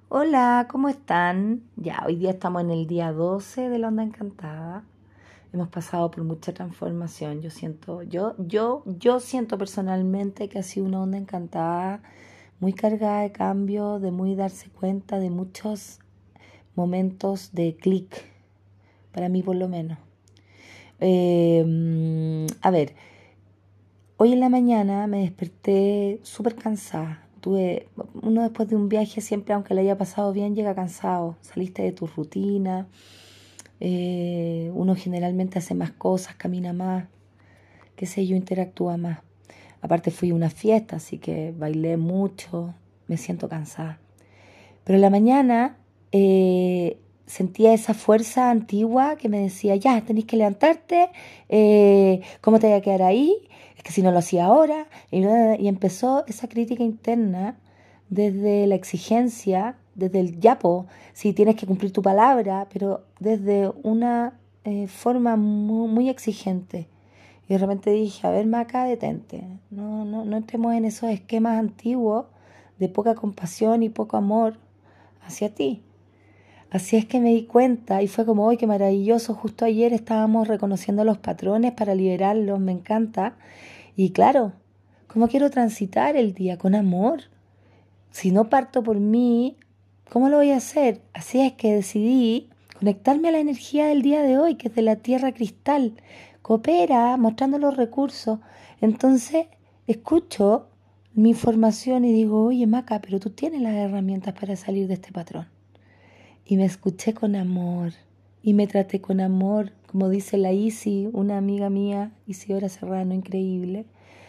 Hola, ¿cómo están? Ya, hoy día estamos en el día 12 de la Onda Encantada. Hemos pasado por mucha transformación. Yo siento personalmente que ha sido una onda encantada, muy cargada de cambio, de muy darse cuenta de muchos momentos de clic, para mí por lo menos. A ver, hoy en la mañana me desperté súper cansada. Uno después de un viaje siempre, aunque le haya pasado bien, llega cansado. Saliste de tu rutina, uno generalmente hace más cosas, camina más, qué sé yo, interactúa más. Aparte fui a una fiesta, así que bailé mucho, me siento cansada. Pero en la mañana sentía esa fuerza antigua que me decía, ya, tenés que levantarte, ¿cómo te voy a quedar ahí? Es que si no lo hacía ahora. Y empezó esa crítica interna desde la exigencia, desde el yapo, si tienes que cumplir tu palabra, pero desde una forma muy exigente. Y de repente dije, a ver, Maca, detente. No entremos en esos esquemas antiguos de poca compasión y poco amor hacia ti. Así es que me di cuenta y fue como, ¡ay, qué maravilloso! Justo ayer estábamos reconociendo los patrones para liberarlos, me encanta. Y claro, ¿cómo quiero transitar el día? Con amor. Si no parto por mí, ¿cómo lo voy a hacer? Así es que decidí conectarme a la energía del día de hoy, que es de la tierra cristal. Coopera, mostrando los recursos. Entonces, escucho mi información y digo, oye, Maca, pero tú tienes las herramientas para salir de este patrón. Y me escuché con amor y me traté con amor, como dice la Isi, una amiga mía, Isidora Serrano, increíble,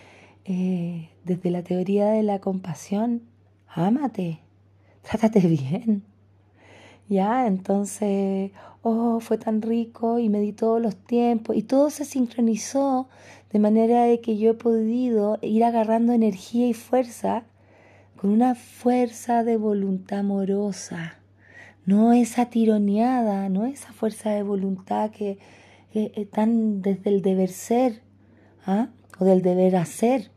desde la teoría de la compasión, ámate, trátate bien. Ya, entonces, fue tan rico y me di todos los tiempos y todo se sincronizó de manera de que yo he podido ir agarrando energía y fuerza con una fuerza de voluntad amorosa, no esa tironeada, no esa fuerza de voluntad que tan desde el deber ser, ¿ah? O del deber hacer.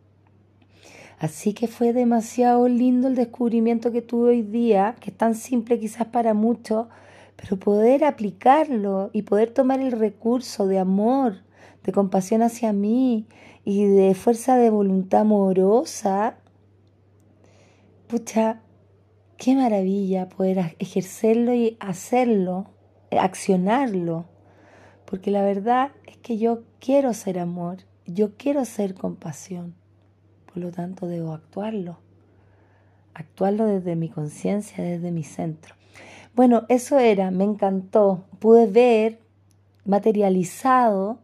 Así que fue demasiado lindo el descubrimiento que tuve hoy día, que es tan simple quizás para muchos, pero poder aplicarlo y poder tomar el recurso de amor, de compasión hacia mí y de fuerza de voluntad amorosa, pucha, qué maravilla poder ejercerlo y hacerlo, accionarlo, porque la verdad es que yo quiero ser amor, yo quiero ser compasión, por lo tanto debo actuarlo desde mi conciencia, desde mi centro. Bueno, eso era, me encantó, pude ver materializado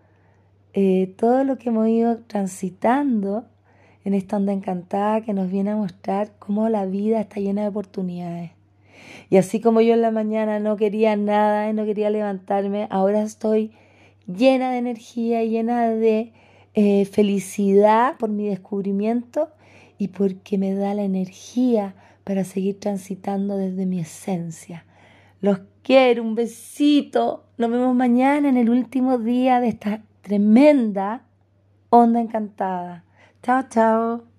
todo lo que hemos ido transitando en esta onda encantada que nos viene a mostrar cómo la vida está llena de oportunidades. Y así como yo en la mañana no quería nada y no quería levantarme, ahora estoy llena de energía, llena de felicidad por mi descubrimiento y porque me da la energía para seguir transitando desde mi esencia. Los quiero, un besito. Nos vemos mañana en el último día de esta tremenda onda encantada. Chao, chao.